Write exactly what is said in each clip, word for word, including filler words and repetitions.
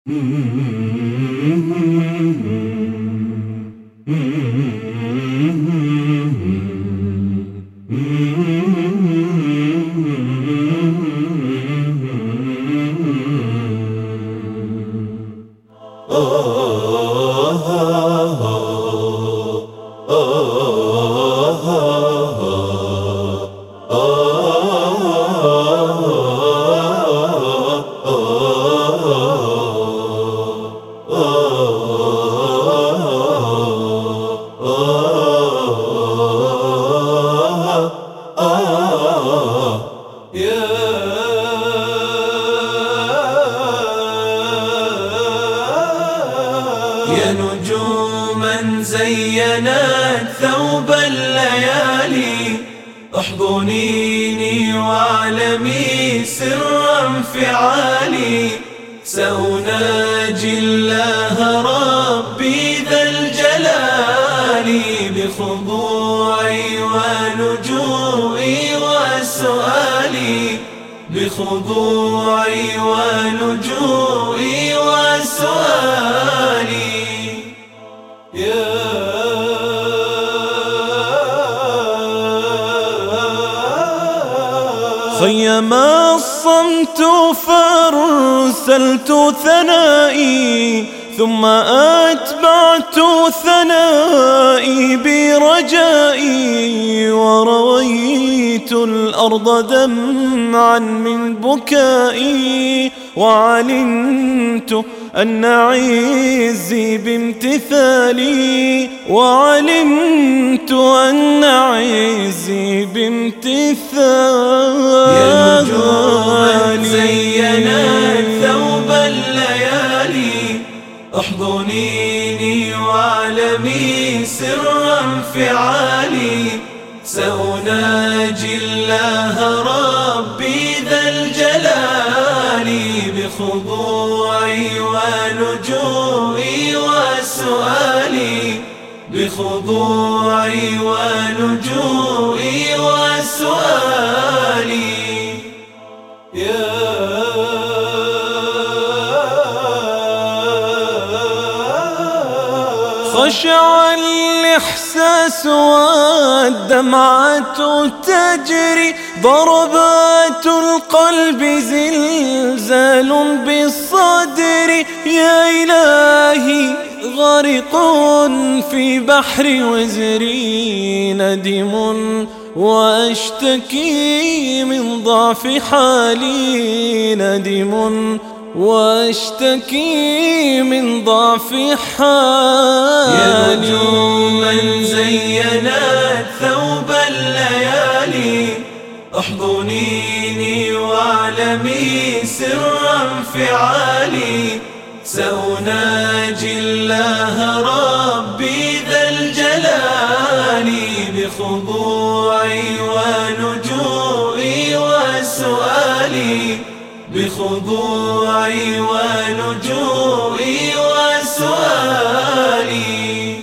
يا نجوما زينت ثوب الليالي، احضنيني واعلمي سر انفعالي، سأناجي الله ربي ذا الجلال بخضوعي ولجوئي وسؤالي، بخضوعي ولجوئي وسؤالي. خيما الصمت فارسلت ثنائي، ثم أتبعت ثنائي برجائي، ورويت الأرض دمعا من بكائي، وعلمت أن عزي بامتثالي، وعلمت أن عزي بامتثالي. يا نجوما زينت ثوب الليالي، احضنيني واعلمي سر انفعالي، سأناجي الله ربي ذا الجلال بخضوعي ولجوئي وسؤالي، بخضوعي ولجوئي وسؤالي. خشع الإحساس والدمعة تجري، ضربات القلب زلزال بالصدر، يا إلهي غارق في بحر وزري، ندم وأشتكي من ضعف حالي، ندم واشتكي من ضعف حالي. يا نجوما زينت ثوب الليالي، احضنيني واعلمي سر انفعالي، سأناجي الله ربي ذا الجلال بخضوعي ولجوئي وسؤالي، بخضوعي ولجوئي وسؤالي.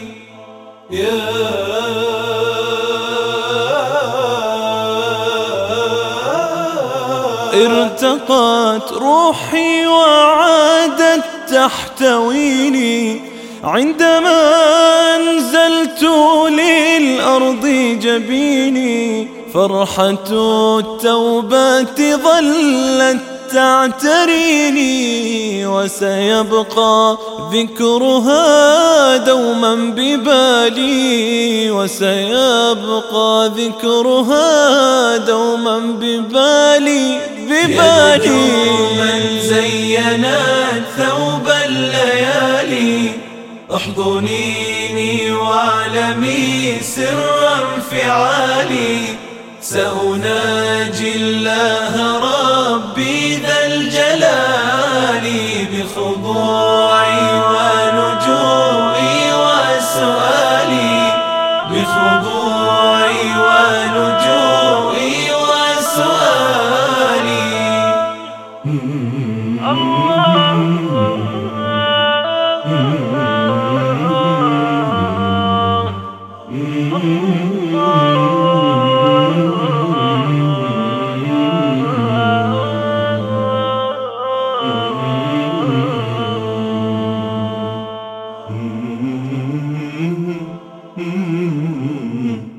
ارتقت روحي وعادت تحتويني، عندما أنزلت للأرض جبيني، فرحة التوبة ظلت تعتريني، وسيبقى ذكرها دوما ببالي، وسيبقى ذكرها دوما ببالي ببالي. يا نجوما زينت ثوب الليالي، احضنيني واعلمي سر انفعالي، سأناجي الله ربي ذا الجلال بخضوعي ولجوئي وسؤالي، بخضوعي ولجوئي وسؤالي. الله Mm-hmm.